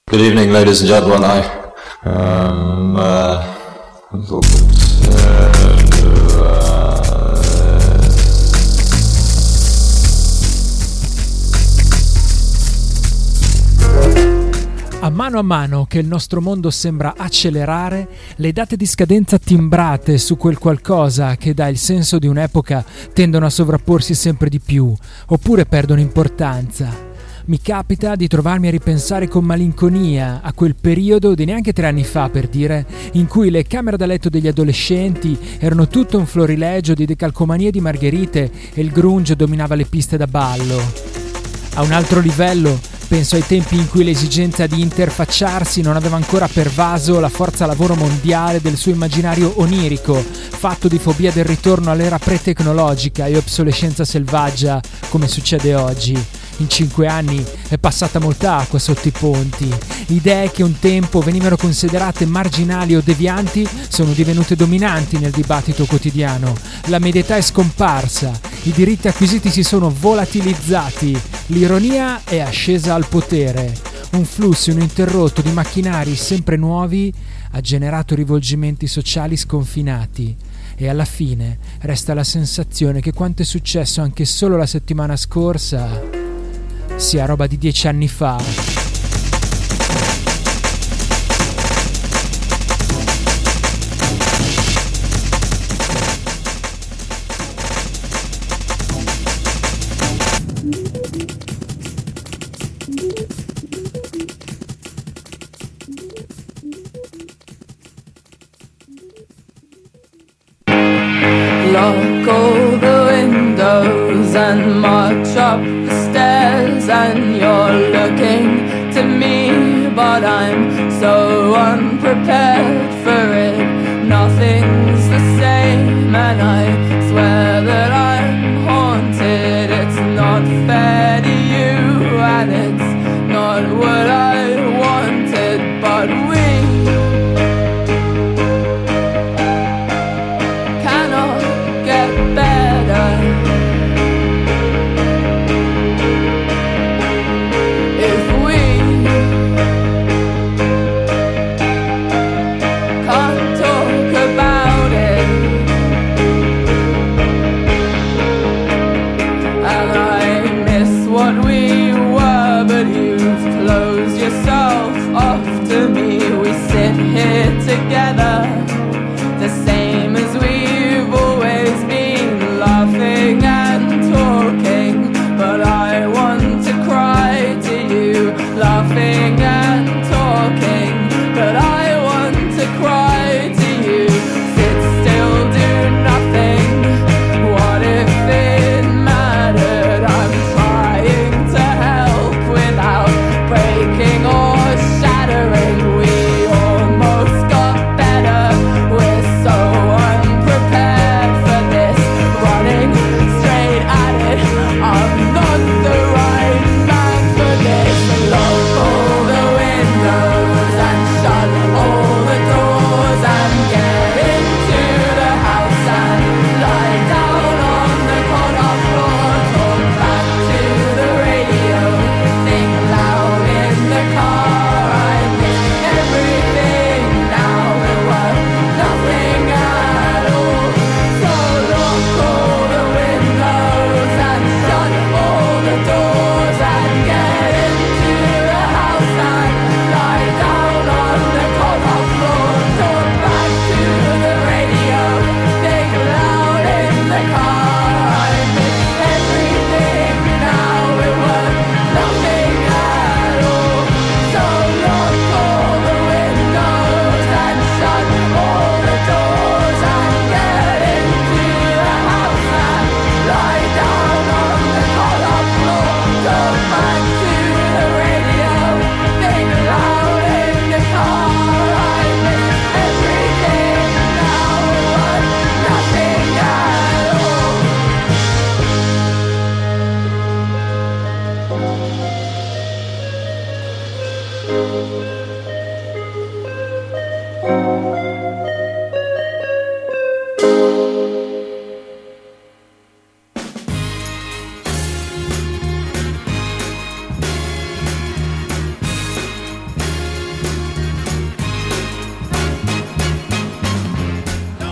Good evening, ladies and gentlemen. A mano che il nostro mondo sembra accelerare, le date di scadenza timbrate su quel qualcosa che dà il senso di un'epoca tendono a sovrapporsi sempre di più, oppure perdono importanza. Mi capita di trovarmi a ripensare con malinconia a quel periodo di neanche 3 anni fa, per dire, in cui le camere da letto degli adolescenti erano tutto un florilegio di decalcomanie e di margherite e il grunge dominava le piste da ballo. A un altro livello, penso ai tempi in cui l'esigenza di interfacciarsi non aveva ancora pervaso la forza lavoro mondiale del suo immaginario onirico, fatto di fobia del ritorno all'era pre-tecnologica e obsolescenza selvaggia, come succede oggi. In 5 anni è passata molta acqua sotto i ponti. Idee che un tempo venivano considerate marginali o devianti sono divenute dominanti nel dibattito quotidiano. La media età è scomparsa, i diritti acquisiti si sono volatilizzati, l'ironia è ascesa al potere. Un flusso ininterrotto di macchinari sempre nuovi ha generato rivolgimenti sociali sconfinati. E alla fine resta la sensazione che quanto è successo anche solo la settimana scorsa sia roba di 10 anni fa. Lock all the windows and march up the stairs, and you're looking to me, but I'm so unprepared for it. Nothing's the same, and I swear that I'm haunted. It's not fair to you, and it's not what I wanted, but we here together, the same as we've always been, laughing and talking, but I want to cry to you, laughing and talking, but I want to cry to you, sit still, do nothing, what if it mattered, I'm trying to help without breaking or shattering.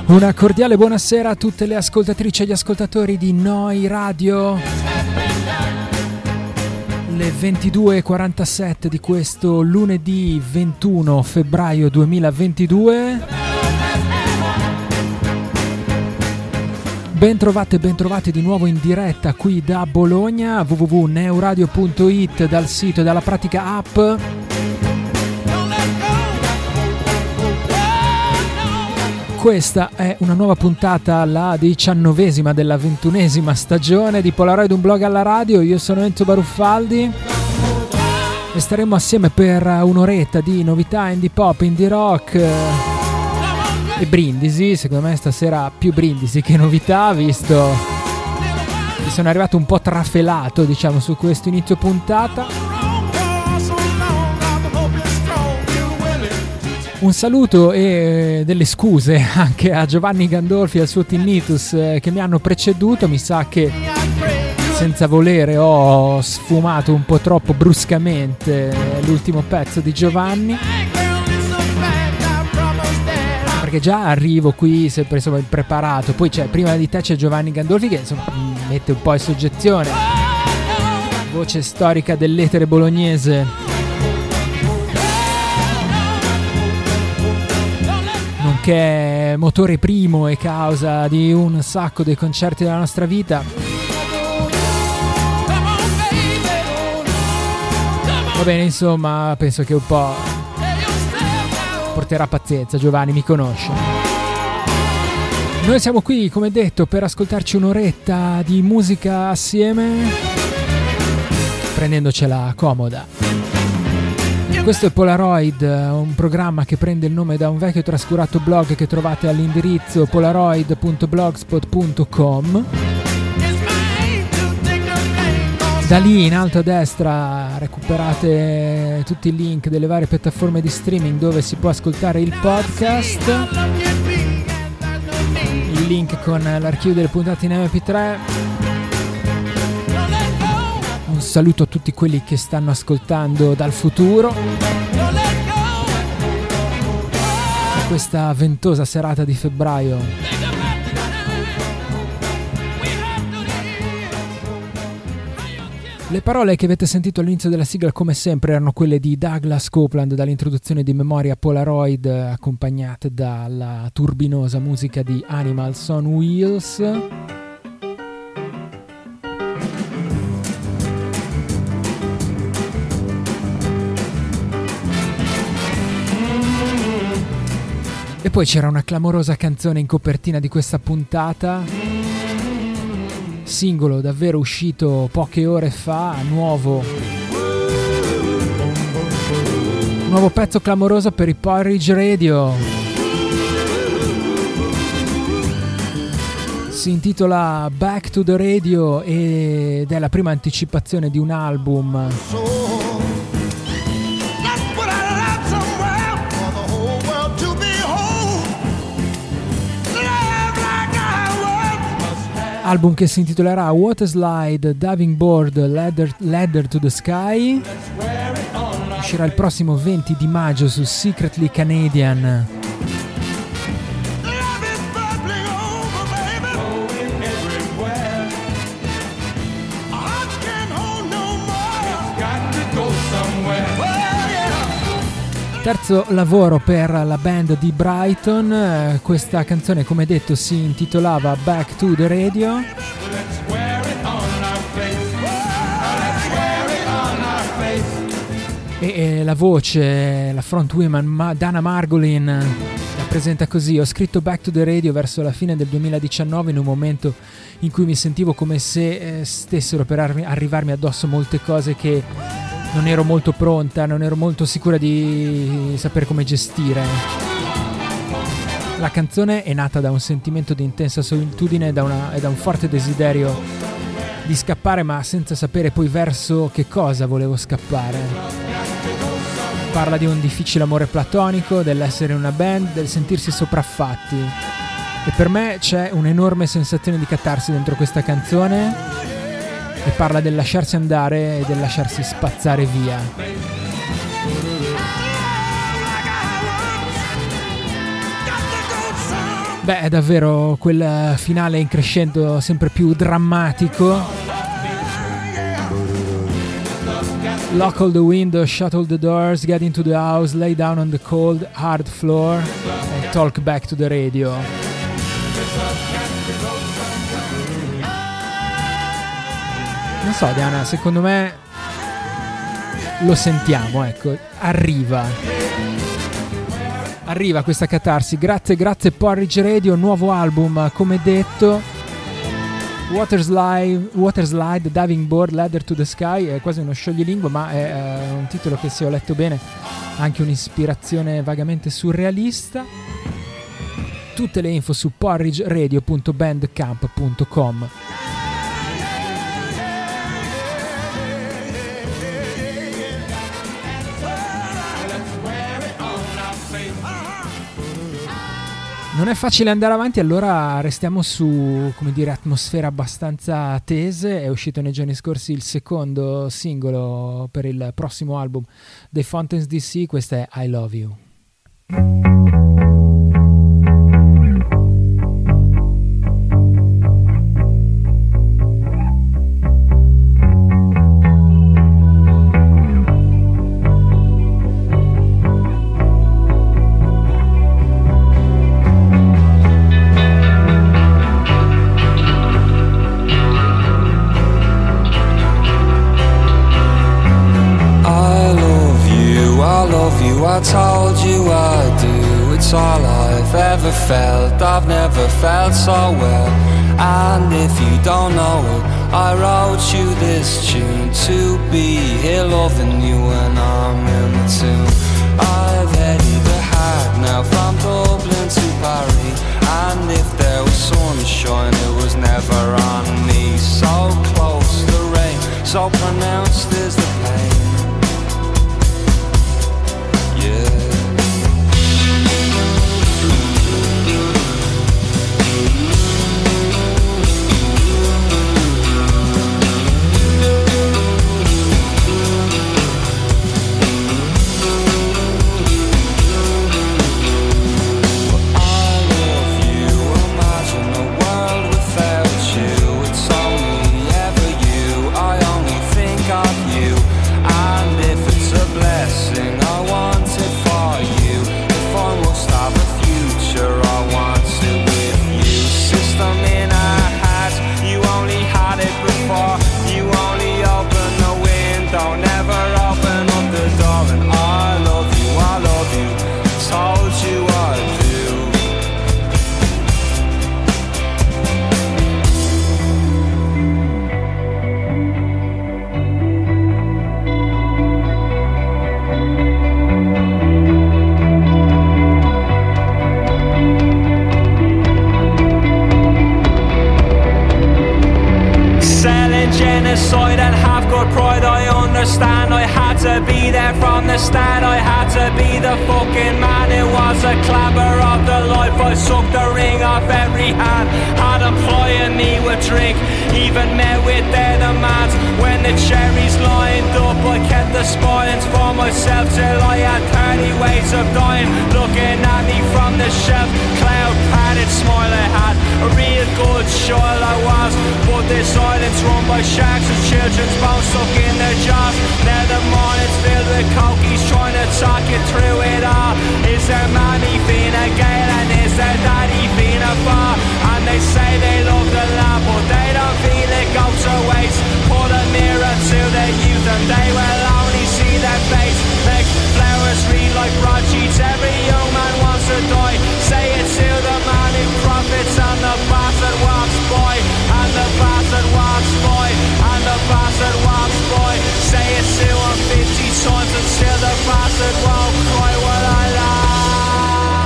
Una cordiale buonasera a tutte le ascoltatrici e gli ascoltatori di Noi Radio. Le 22:47 di questo lunedì 21 febbraio 2022. Bentrovate di nuovo in diretta qui da Bologna, www.neuradio.it, dal sito e dalla pratica app. Questa è una nuova puntata, la 19ª della 21ª stagione di Polaroid, un blog alla radio. Io sono Enzo Baruffaldi e staremo assieme per un'oretta di novità indie pop, indie rock e brindisi. Secondo me stasera più brindisi che novità, visto che sono arrivato un po' trafelato, diciamo, su questo inizio puntata. Un saluto e delle scuse anche a Giovanni Gandolfi e al suo tinnitus che mi hanno preceduto. Mi sa che senza volere ho sfumato un po' troppo bruscamente l'ultimo pezzo di Giovanni, perché già arrivo qui sempre insomma impreparato. Poi prima di te c'è Giovanni Gandolfi che insomma mette un po' in soggezione, voce storica dell'etere bolognese, che è motore primo e causa di un sacco dei concerti della nostra vita. Va bene, insomma, penso che un po' porterà pazienza. Giovanni mi conosce. Noi siamo qui, come detto, per ascoltarci un'oretta di musica assieme, prendendocela comoda. Questo è Polaroid, un programma che prende il nome da un vecchio trascurato blog che trovate all'indirizzo polaroid.blogspot.com. Da lì in alto a destra recuperate tutti i link delle varie piattaforme di streaming dove si può ascoltare il podcast, il link con l'archivio delle puntate in MP3. Un saluto a tutti quelli che stanno ascoltando dal futuro. Questa ventosa serata di febbraio. Le parole che avete sentito all'inizio della sigla, come sempre, erano quelle di Douglas Copeland dall'introduzione di Memoria Polaroid, accompagnate dalla turbinosa musica di Animals on Wheels. E poi c'era una clamorosa canzone in copertina di questa puntata, singolo davvero uscito poche ore fa, nuovo pezzo clamoroso per i Porridge Radio. Si intitola Back to the Radio ed è la prima anticipazione di un album che si intitolerà Water Slide, Diving Board, Ladder to the Sky. Uscirà il prossimo 20 di maggio su Secretly Canadian. Terzo lavoro per la band di Brighton. Questa canzone, come detto, si intitolava Back to the Radio. E la voce, la frontwoman Dana Margolin la presenta così: ho scritto Back to the Radio verso la fine del 2019, in un momento in cui mi sentivo come se stessero per arrivarmi addosso molte cose che non ero molto pronta, non ero molto sicura di sapere come gestire. La canzone è nata da un sentimento di intensa solitudine e da un forte desiderio di scappare, ma senza sapere poi verso che cosa volevo scappare. Parla di un difficile amore platonico, dell'essere in una band, del sentirsi sopraffatti. E per me c'è un'enorme sensazione di catarsi dentro questa canzone, e parla del lasciarsi andare e del lasciarsi spazzare via. Beh, è davvero quel finale in crescendo sempre più drammatico. Lock all the windows, shut all the doors, get into the house, lay down on the cold, hard floor and talk back to the radio. Non so, Diana, secondo me lo sentiamo, ecco, arriva questa catarsi. Grazie Porridge Radio, nuovo album, come detto, Water Slide, Diving Board, Ladder to the Sky, è quasi uno scioglilingua, ma è un titolo che, se ho letto bene, ha anche un'ispirazione vagamente surrealista. Tutte le info su porridgeradio.bandcamp.com. Non è facile andare avanti, allora restiamo su, come dire, atmosfere abbastanza tese. È uscito nei giorni scorsi il secondo singolo per il prossimo album dei Fountains DC, questa è I Love You. I told you I do, it's all I've ever felt. I've never felt so well. And if you don't know it, I wrote you this tune to be here loving you when I'm in the tune. I've headed the hard now from Dublin to Paris, and if there was sunshine it was never on me. So close the rain, so pronounced is the pain. Genocide and have got pride, I understand. I had to be there from the start. I had to be the fucking man. It was a clabber of the life. I sucked the ring off every hand. Had them plying me with drink, even met with their demands. When the cherries lined up, I kept the spoilings for myself till I had 30 ways of dying. Looking at me from the shelf, cloud padded smile I had. A real good child I was, but this island's run by sharks and children's bones stuck in their jaws. Now the morning's filled with cokies trying to talk you through it all. Is their mommy Fina Gael and is their daddy Fina Bar? And they say they love the land but they don't feel it goes to waste. Put a mirror to their youth and they will only see their face. Make flowers read like broadsheets, every young man wants to die. Say it to the man who profits and the bastard walks by. And the bastard walks by. And the bastard walks by. Say it to him 50 times and still the bastard won't cry. What I lie.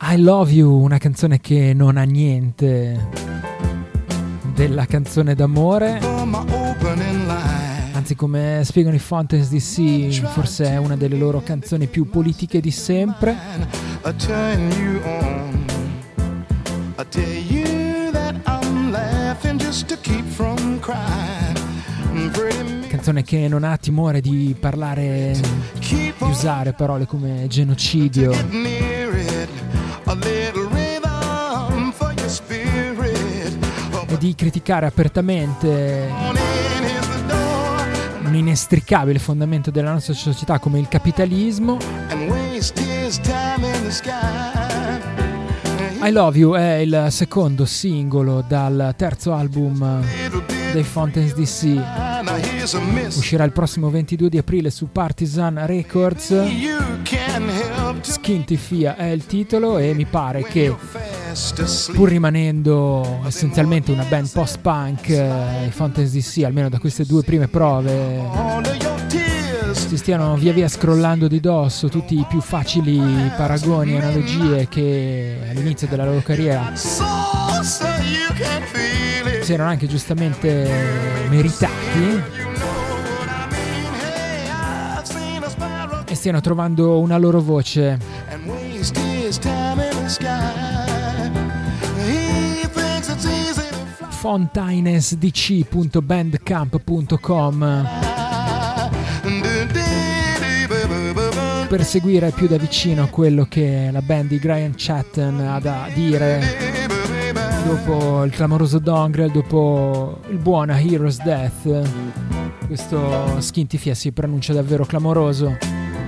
I Love You, una canzone che non ha niente della canzone d'amore, anzi, come spiegano i Fountains DC, forse è una delle loro canzoni più politiche di sempre. Canzone che non ha timore di parlare, di usare parole come genocidio e di criticare apertamente un inestricabile fondamento della nostra società come il capitalismo. I Love You è il secondo singolo dal terzo album dei Fountains DC. Uscirà il prossimo 22 di aprile su Partisan Records. Skintifia è il titolo e mi pare che, pur rimanendo essenzialmente una band post-punk, i Fountains DC, almeno da queste due prime prove, si stiano via via scrollando di dosso tutti i più facili paragoni e analogie che all'inizio della loro carriera si erano anche giustamente meritati, e stiano trovando una loro voce. fontainesdc.bandcamp.com per seguire più da vicino quello che la band di Graham Chatten ha da dire dopo il clamoroso Dongrel, dopo il buon A Hero's Death. Questo Skintifia si pronuncia davvero clamoroso.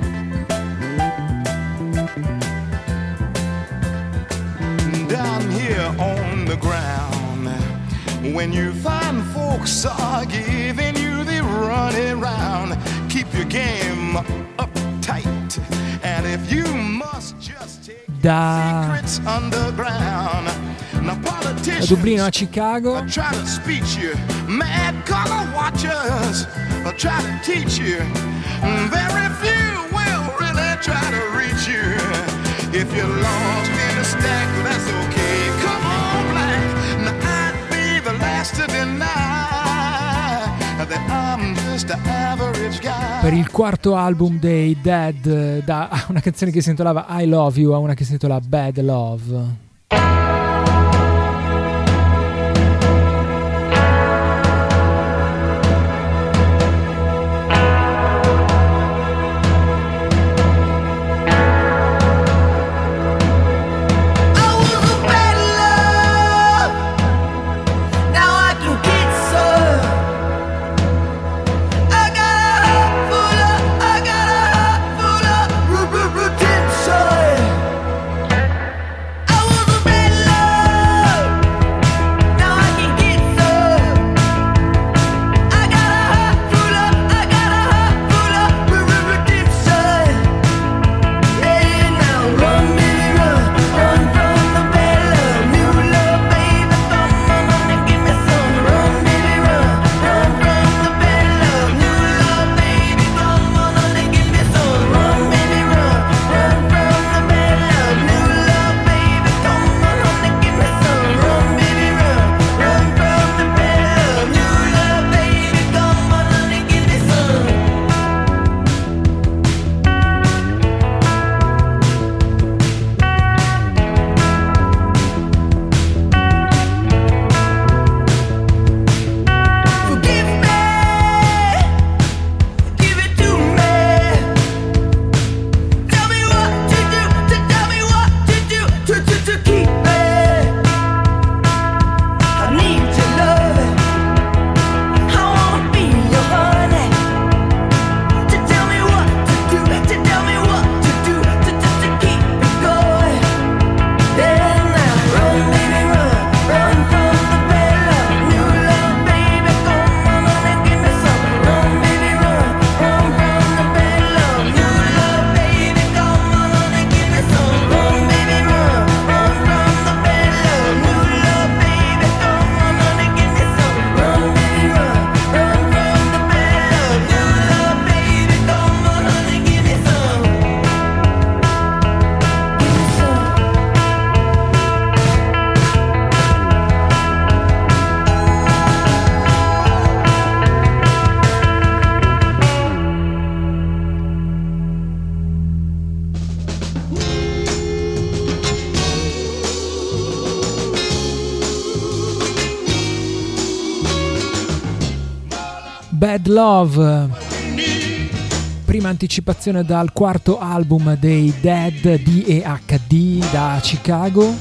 Down here on the ground, when you find folks are giving you the runaround, keep your game up tight, and if you must just take secrets underground. Da Dublino a Chicago, Try to speech you, mad color watchers try to teach you. Very few will really try to reach you. If you're lost in a stack, that's okay. Come on, black. Now I'd be the last to deny that I'm just an average guy. Per il quarto album dei Dead, da una canzone che si intitolava I Love You a una che si intitola Bad Love. I was Bad Love, prima anticipazione dal quarto album dei Dead, D.E.H.D, da Chicago.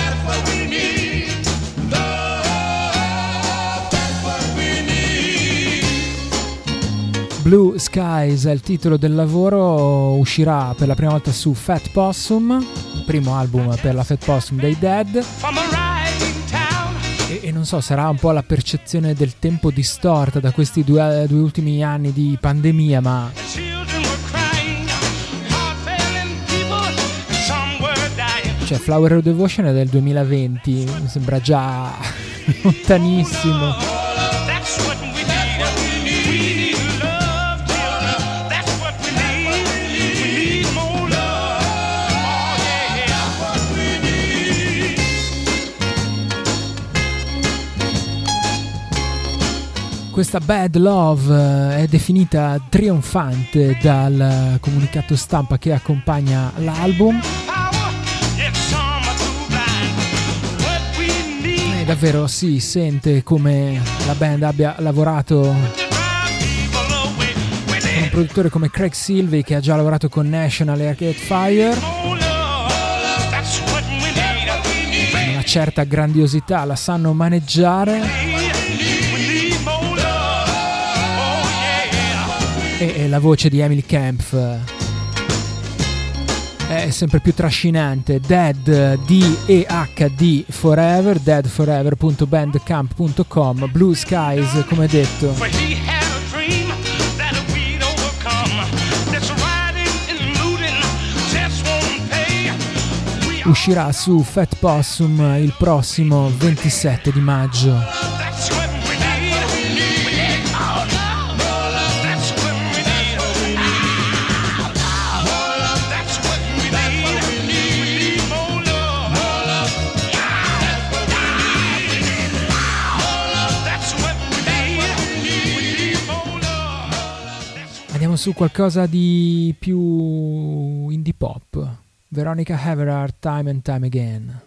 Blue Skies è il titolo del lavoro, uscirà per la prima volta su Fat Possum, primo album per la Fat Possum dei Dead. E non so, sarà un po' la percezione del tempo distorta da questi due ultimi anni di pandemia, ma cioè Flower of Devotion è del 2020, mi sembra già lontanissimo. Questa Bad Love è definita trionfante dal comunicato stampa che accompagna l'album. E davvero si sente come la band abbia lavorato con un produttore come Craig Silvey, che ha già lavorato con National e Arcade Fire. Una certa grandiosità la sanno maneggiare. E la voce di Emily Kempf è sempre più trascinante. Dead, D-E-H-D Forever, deadforever.bandcamp.com. Blue Skies, come detto. Uscirà su Fat Possum il prossimo 27 di maggio. Su qualcosa di più indie pop. Veronica Everhart, Time and Time Again.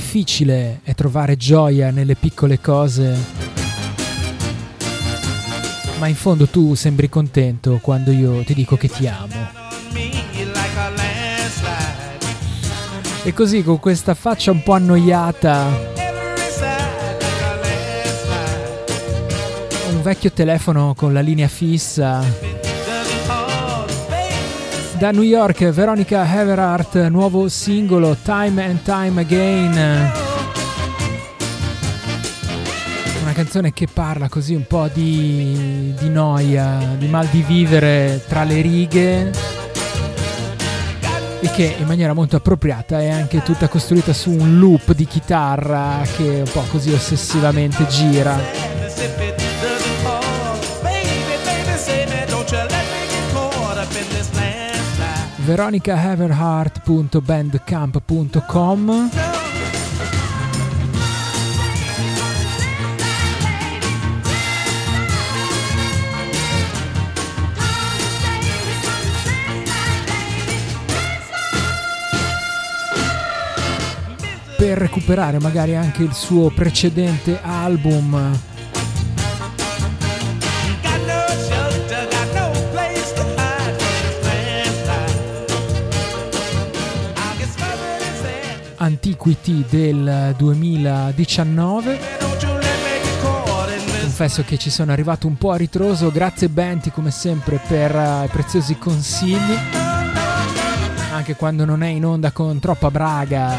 difficile è trovare gioia nelle piccole cose, ma in fondo tu sembri contento quando io ti dico che ti amo. E così, con questa faccia un po' annoiata, un vecchio telefono con la linea fissa, da New York, Veronica Everhart, nuovo singolo Time and Time Again. Una canzone che parla così un po' di noia, di mal di vivere tra le righe, e che in maniera molto appropriata è anche tutta costruita su un loop di chitarra che un po' così ossessivamente gira. veronicaeverhart.bandcamp.com. Per recuperare magari anche il suo precedente album. Antiquity del 2019. Confesso che ci sono arrivato un po' a ritroso, grazie Benti come sempre per i preziosi consigli, anche quando non è in onda con troppa braga,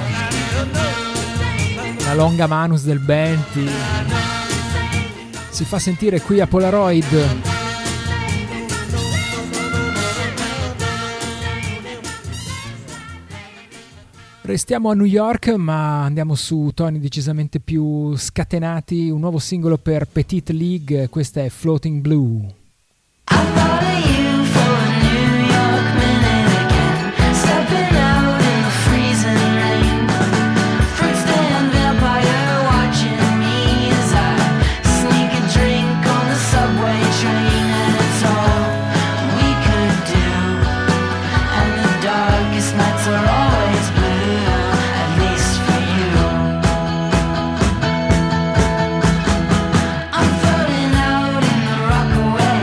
la longa manus del Benti si fa sentire qui a Polaroid. Restiamo a New York, ma andiamo su toni decisamente più scatenati. Un nuovo singolo per Petite League, questa è Floating Blue. Away.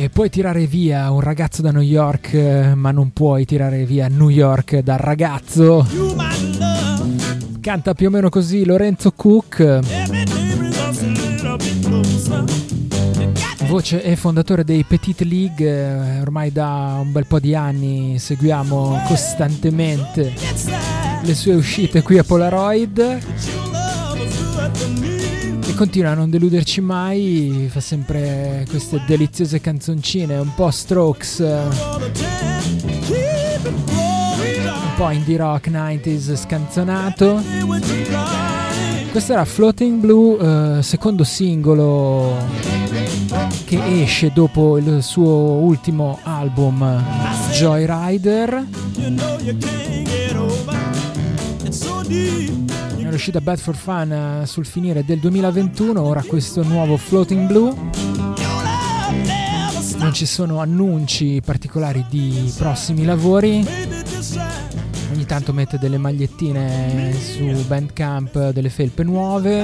E puoi tirare via un ragazzo da New York, ma non puoi tirare via New York dal ragazzo. Canta più o meno così Lorenzo Cook, voce e fondatore dei Petite League. Ormai da un bel po' di anni seguiamo costantemente le sue uscite qui a Polaroid e continua a non deluderci mai, fa sempre queste deliziose canzoncine un po' Strokes, un po' indie rock 90s scanzonato. Questo era Floating Blue, secondo singolo che esce dopo il suo ultimo album Joyrider. Era uscita Bad for Fun sul finire del 2021, ora questo nuovo Floating Blue. Non ci sono annunci particolari di prossimi lavori. Ogni tanto mette delle magliettine su Bandcamp, delle felpe nuove.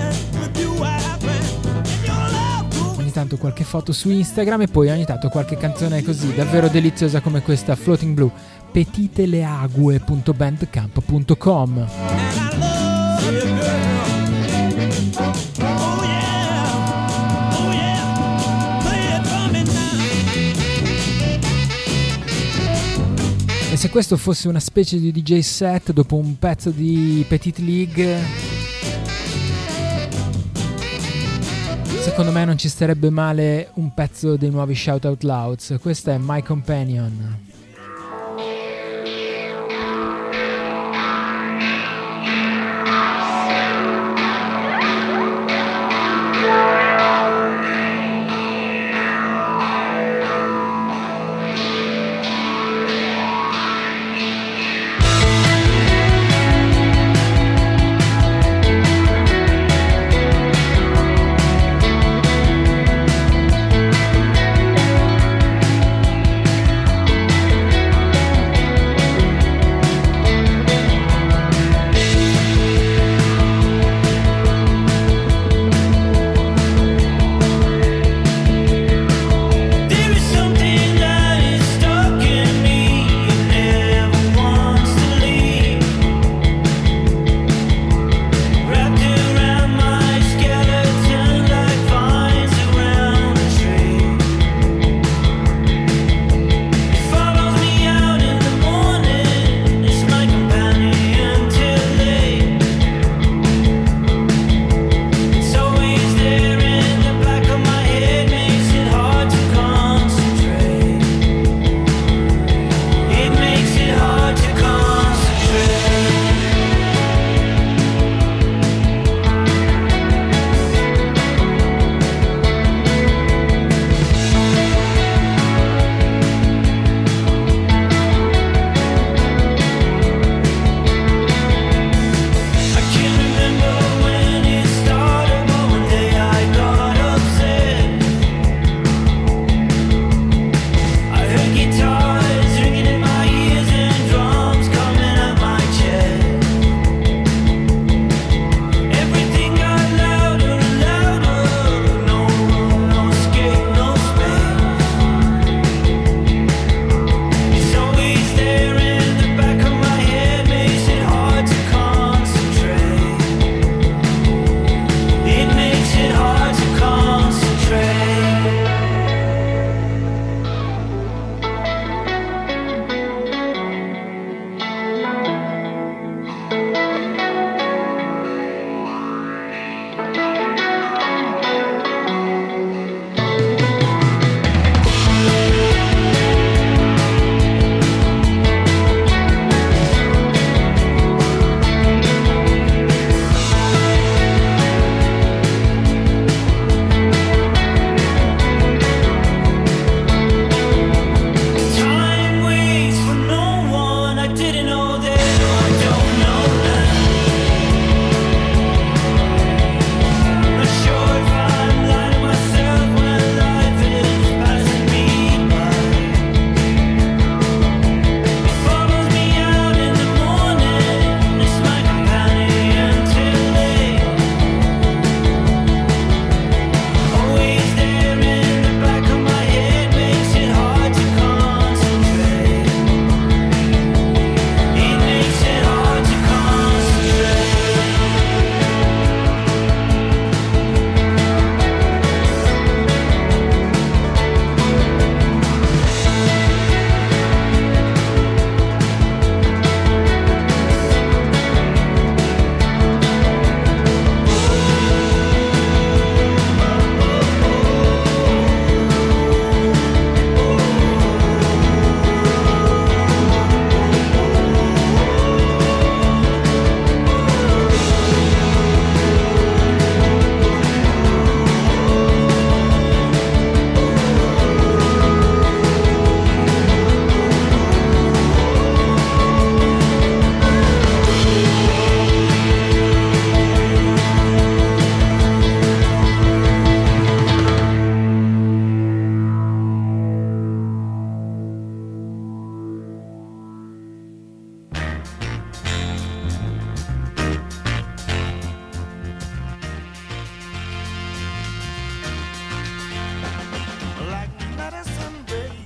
Ogni tanto qualche foto su Instagram e poi ogni tanto qualche canzone così davvero deliziosa come questa Floating Blue. petiteleague.bandcamp.com. E se questo fosse una specie di DJ set dopo un pezzo di Petite League, secondo me non ci starebbe male un pezzo dei nuovi Shout Out Louds. Questa è My Companion.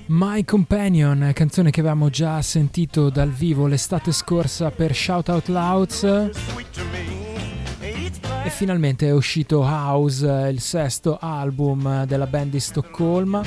My Companion, canzone che avevamo già sentito dal vivo l'estate scorsa per Shout Out Louds, e finalmente è uscito House, il sesto album della band di Stoccolma.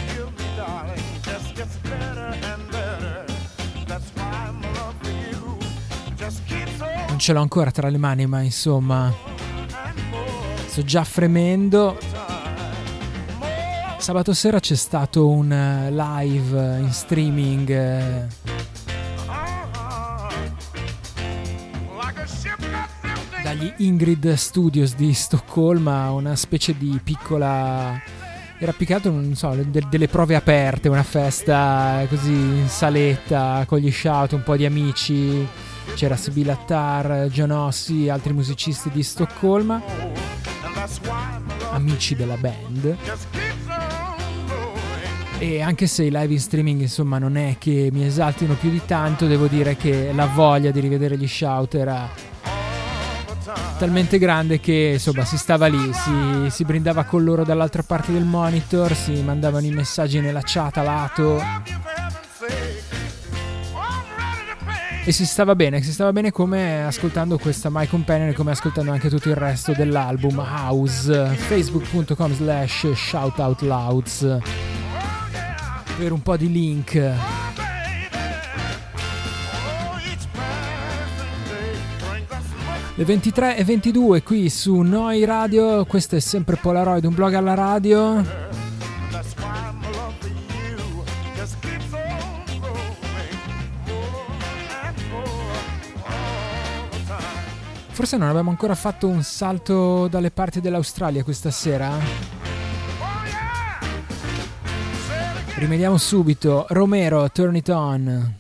Non ce l'ho ancora tra le mani, ma insomma sto già fremendo. Sabato sera c'è stato un live in streaming dagli Ingrid Studios di Stoccolma, una specie di piccola... era più che altro, non so, delle prove aperte, una festa così in saletta con gli shout, un po' di amici, c'era Sibilla Attar, John Ossi, altri musicisti di Stoccolma, amici della band. E anche se i live in streaming insomma non è che mi esaltino più di tanto, devo dire che la voglia di rivedere gli shout era talmente grande che insomma si stava lì, si brindava con loro dall'altra parte del monitor, si mandavano i messaggi nella chat a lato e si stava bene come ascoltando questa My Companion e come ascoltando anche tutto il resto dell'album House. Facebook.com/shoutoutlouds per un po' di link. Le 23:22 qui su Noi Radio, questo è sempre Polaroid, un blog alla radio. Forse non abbiamo ancora fatto un salto dalle parti dell'Australia questa sera. Rimediamo subito. Romero, Turn It On.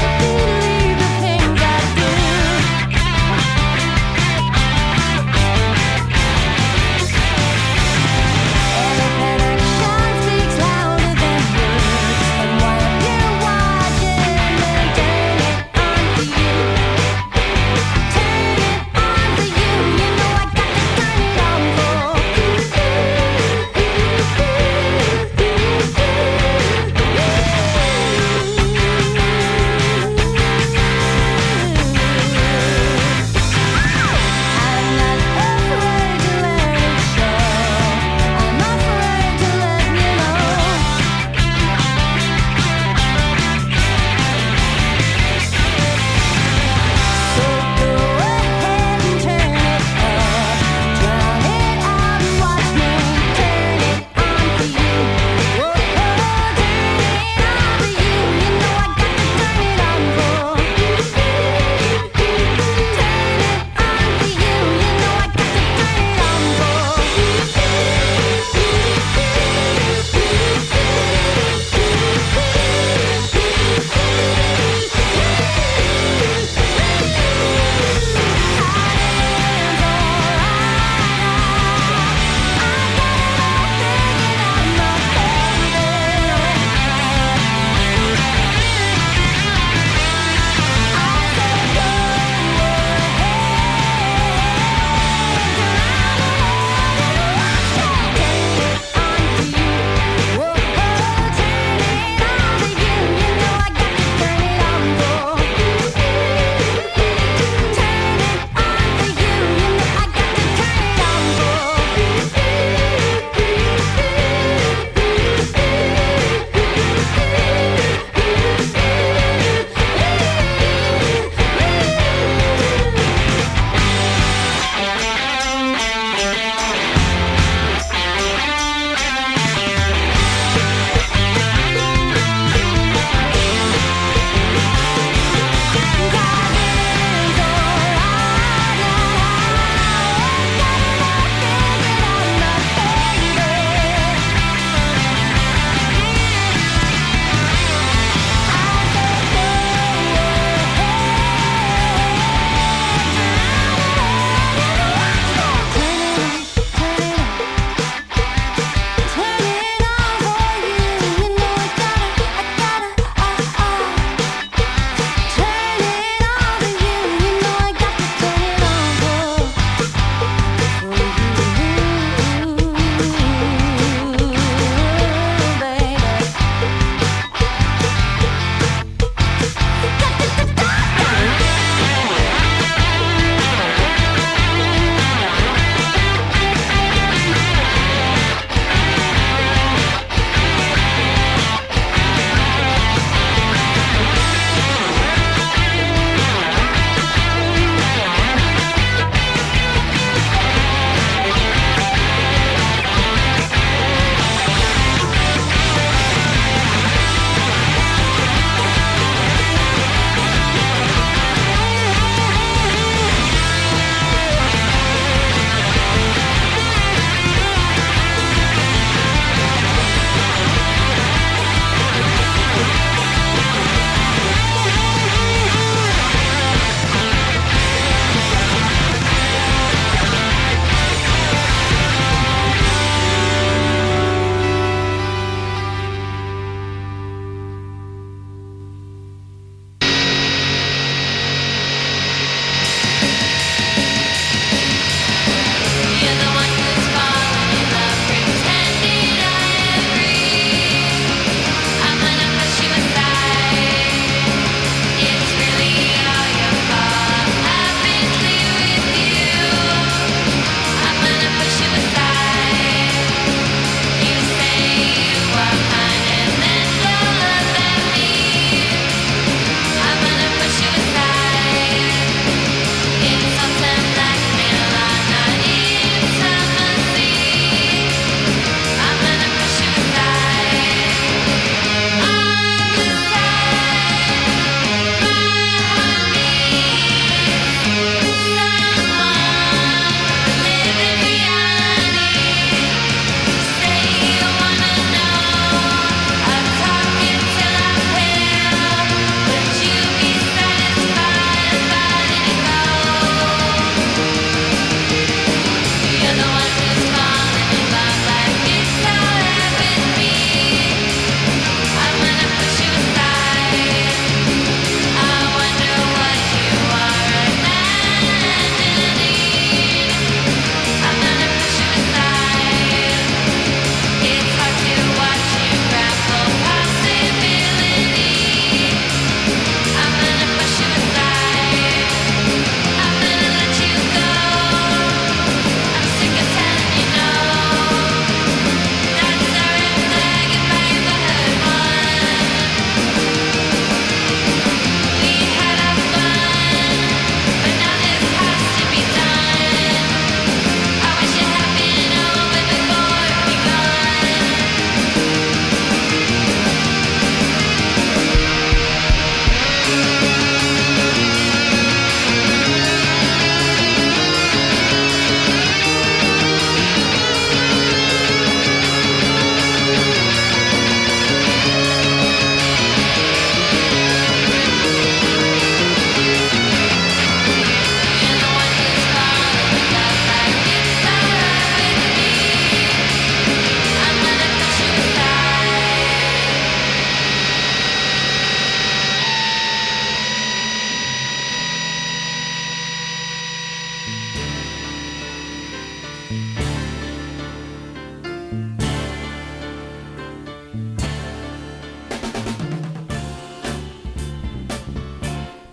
I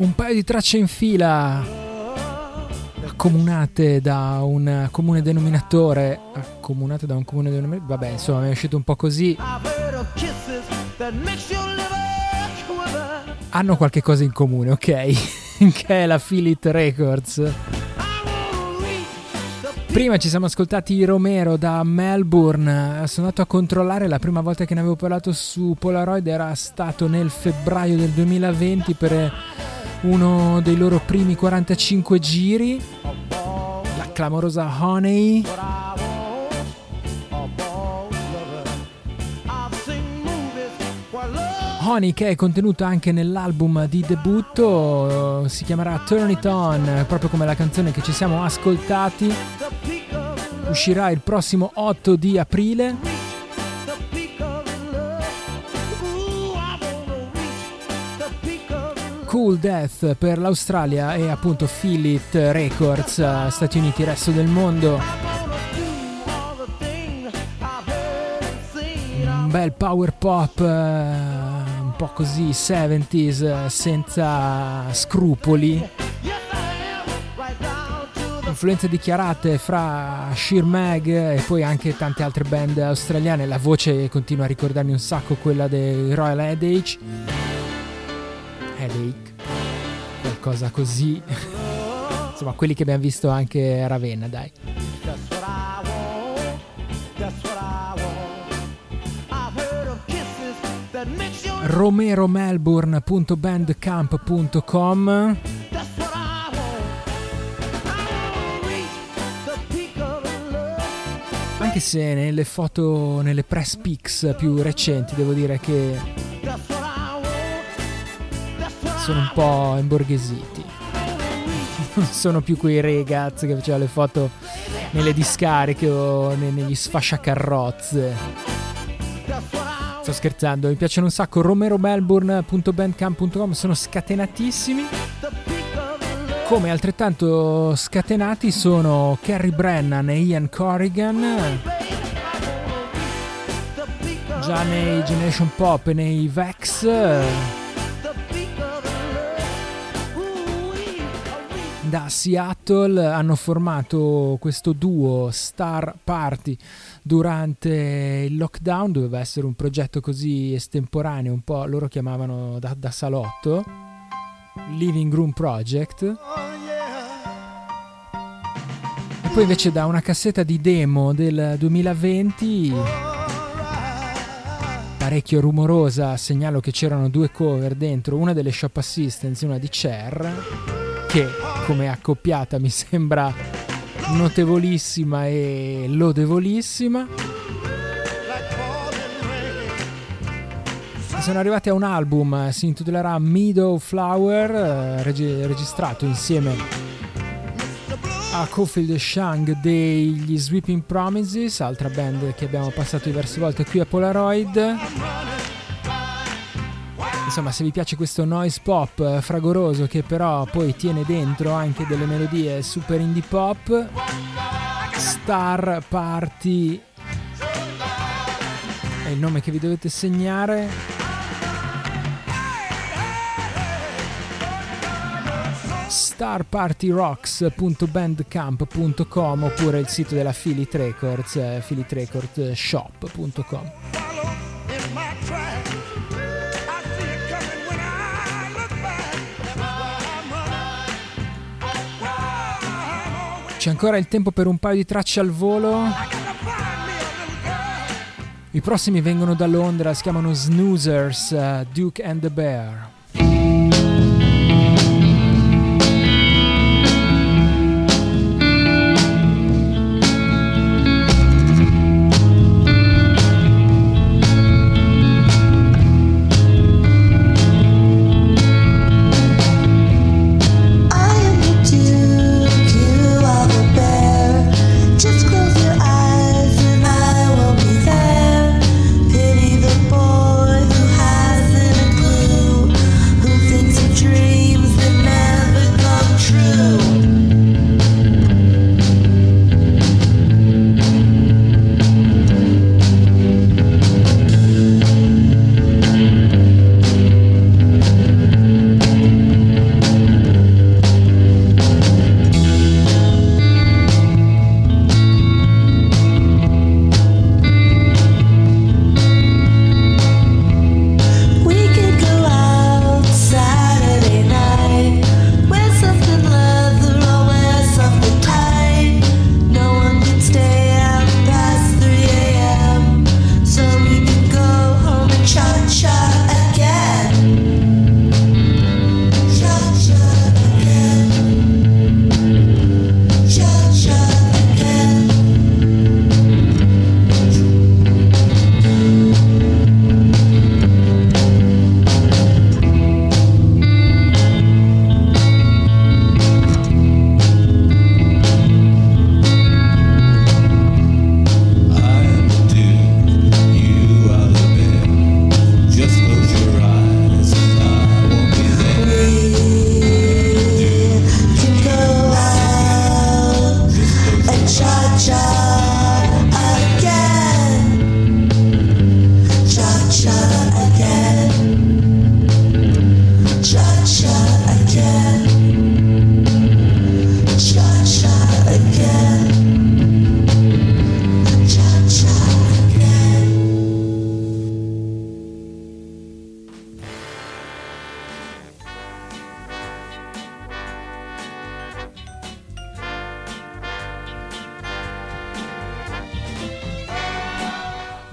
Un paio di tracce in fila, accomunate da un comune denominatore. Vabbè, insomma, mi è uscito un po' così. Hanno qualche cosa in comune, ok? Che è la Philip Records. Prima ci siamo ascoltati i Romero da Melbourne. Sono andato a controllare, la prima volta che ne avevo parlato su Polaroid era stato nel febbraio del 2020 per uno dei loro primi 45 giri, la clamorosa Honey. Honey, che è contenuto anche nell'album di debutto, si chiamerà Turn It On, proprio come la canzone che ci siamo ascoltati. Uscirà il prossimo 8 di aprile. Cool Death per l'Australia e appunto Philip Records, Stati Uniti, resto del mondo. Un bel power pop, un po' così 70s, senza scrupoli. Influenze dichiarate fra Sheer Mag e poi anche tante altre band australiane. La voce continua a ricordarmi un sacco quella dei Royal Headache, qualcosa così. Insomma, quelli che abbiamo visto anche a Ravenna, dai. romeromelbourne.bandcamp.com. Anche se nelle foto, nelle press pics più recenti, devo dire che sono un po' imborghesiti. Non sono più quei ragazzi che facevano le foto nelle discariche o negli sfasciacarrozze. Sto scherzando, mi piacciono un sacco. romeromelbourne.bandcamp.com, sono scatenatissimi. Come altrettanto scatenati sono Kerry Brennan e Ian Corrigan, già nei Generation Pop e nei Vex. Da Seattle hanno formato questo duo Star Party durante il lockdown. Doveva essere un progetto così estemporaneo, un po' loro chiamavano da salotto, Living Room Project. E poi invece da una cassetta di demo del 2020 parecchio rumorosa, segnalo che c'erano due cover dentro, una delle Shop Assistance e una di Cher, che come accoppiata mi sembra notevolissima e lodevolissima. Sono arrivati a un album, si intitolerà Meadow Flower, registrato insieme a Cofield Shang degli Sweeping Promises, altra band che abbiamo passato diverse volte qui a Polaroid. Insomma, se vi piace questo noise pop fragoroso che però poi tiene dentro anche delle melodie super indie pop, Star Party è il nome che vi dovete segnare. starpartyrocks.bandcamp.com oppure il sito della Philip Records, philiprecordshop.com. C'è ancora il tempo per un paio di tracce al volo. I prossimi vengono da Londra, si chiamano Snoozers, Duke and the Bear. Who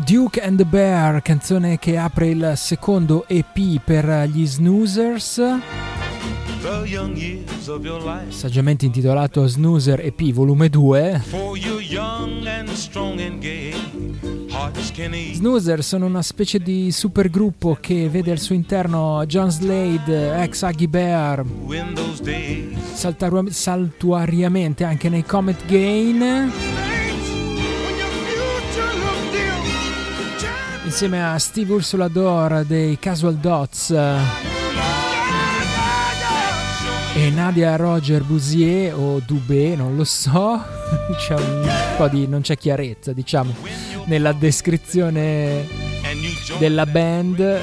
Duke and the Bear, canzone che apre il secondo EP per gli Snoozers, saggiamente intitolato Snoozer EP volume 2. Snoozer sono una specie di supergruppo che vede al suo interno John Slade, ex Huggy Bear, saltuariamente anche nei Comet Gain, insieme a Steve Ursulador dei Casual Dots e Nadia Roger Bouzier o Dubé, non lo so. C'è un po' di non c'è chiarezza, diciamo, nella descrizione della band.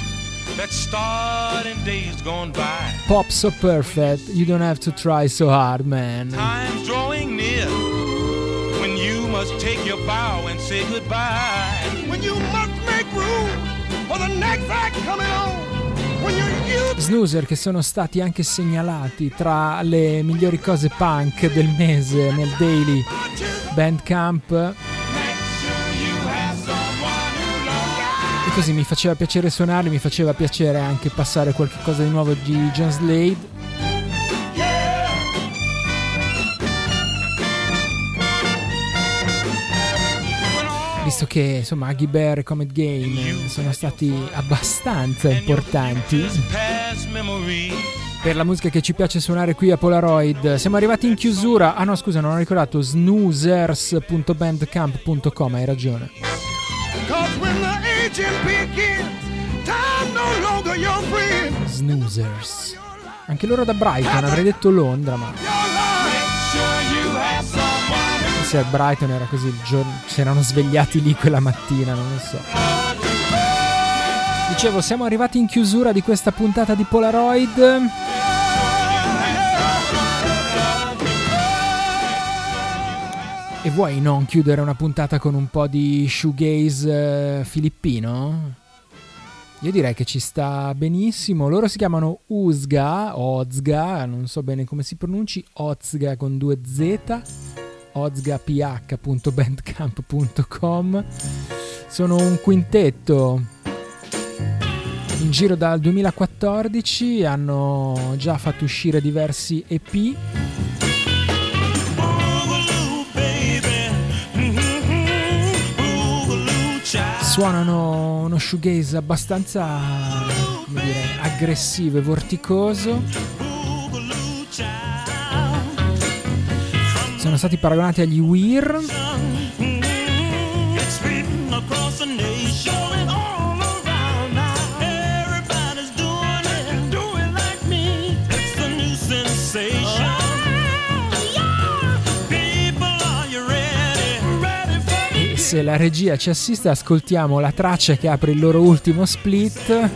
Pop so perfect, you don't have to try so hard, man. Time's drawing near when you must take your bow and say goodbye. When you must make room for the next act coming on. Snoozer che sono stati anche segnalati tra le migliori cose punk del mese nel Daily Bandcamp, e così mi faceva piacere suonarli, mi faceva piacere anche passare qualche cosa di nuovo di John Slade. Visto che insomma Huggy Bear e Comet Gain sono stati abbastanza importanti per la musica che ci piace suonare qui a Polaroid. Siamo arrivati in chiusura. Ah no, scusa, non ho ricordato, snoozers.bandcamp.com, hai ragione. Snoozers, anche loro da Brighton, avrei detto Londra, ma se a Brighton era così il giorno, si erano svegliati lì quella mattina, non lo so. Dicevo, siamo arrivati in chiusura di questa puntata di Polaroid. E vuoi non chiudere una puntata con un po' di shoegaze filippino? Io direi che ci sta benissimo. Loro si chiamano Ozga, non so bene come si pronunci, Ozga con 2 Z, ozgaph.bandcamp.com. Sono un quintetto in giro dal 2014, hanno già fatto uscire diversi EP. Suonano uno shoegaze abbastanza, come dire, aggressivo e vorticoso. Sono stati paragonati agli Weir. E se la regia ci assiste, ascoltiamo la traccia che apre il loro ultimo split,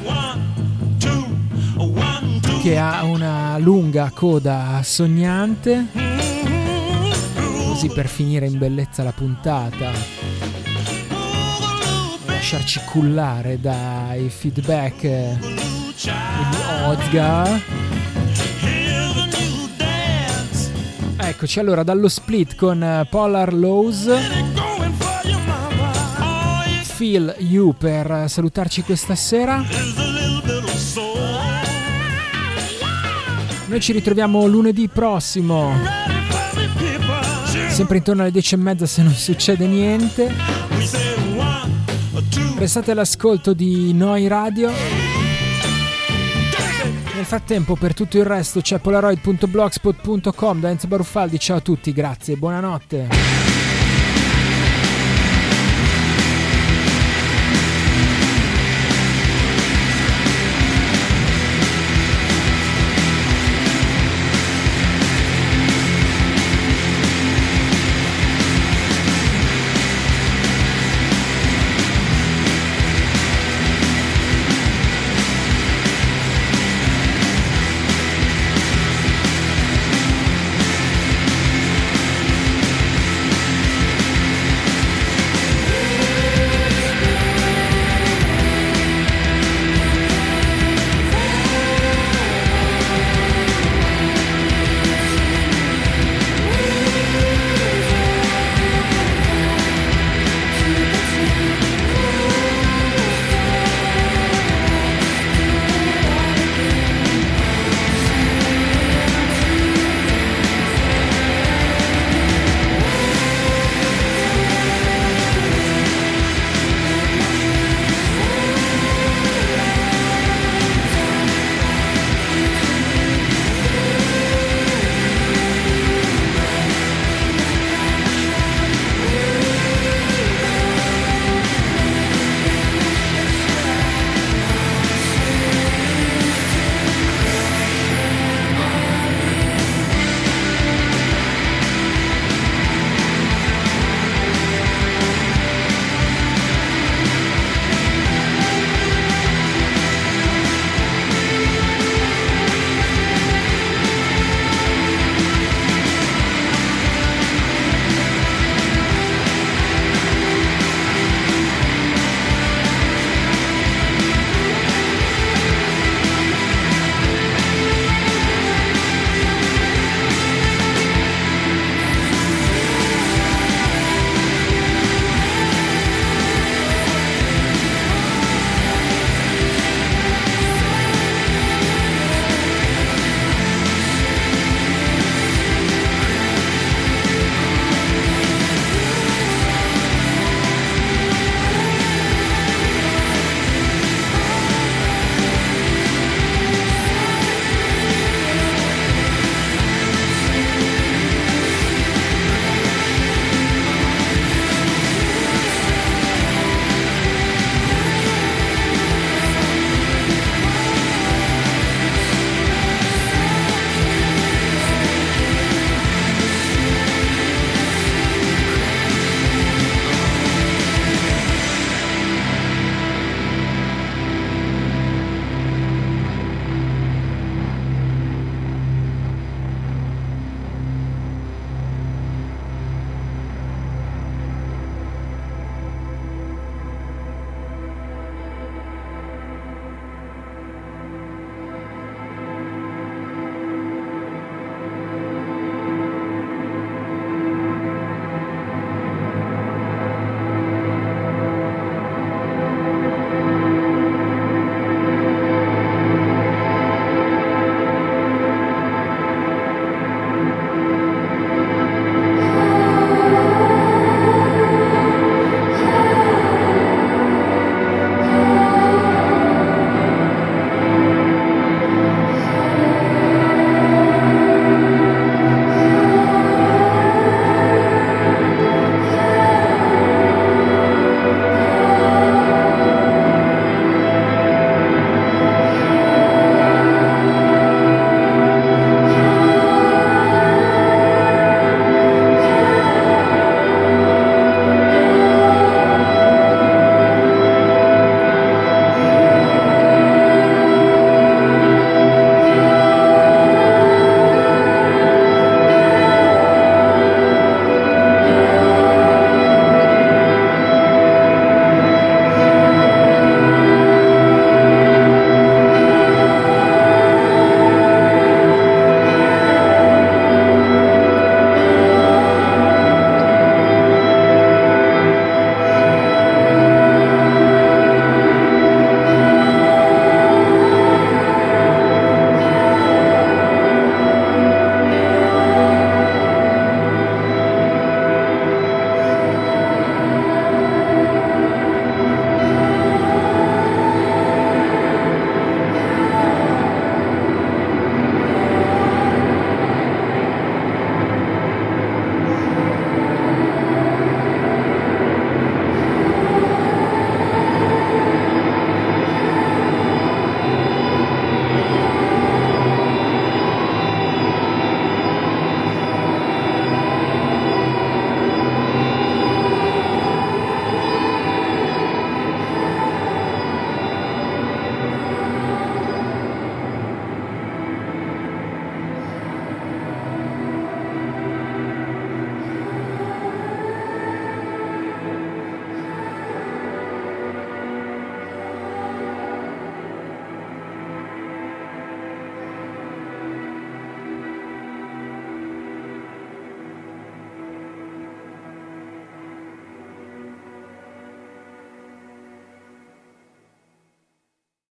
che ha una lunga coda sognante, così per finire in bellezza la puntata, lasciarci cullare dai feedback di Ozga. Eccoci allora dallo split con Polar Laws, Feel You per salutarci questa sera. Noi ci ritroviamo lunedì prossimo, sempre intorno alle 10:30 se non succede niente. Restate all'ascolto di Noi Radio. Nel frattempo, per tutto il resto c'è polaroid.blogspot.com da Enzo Baruffaldi. Ciao a tutti, grazie, buonanotte.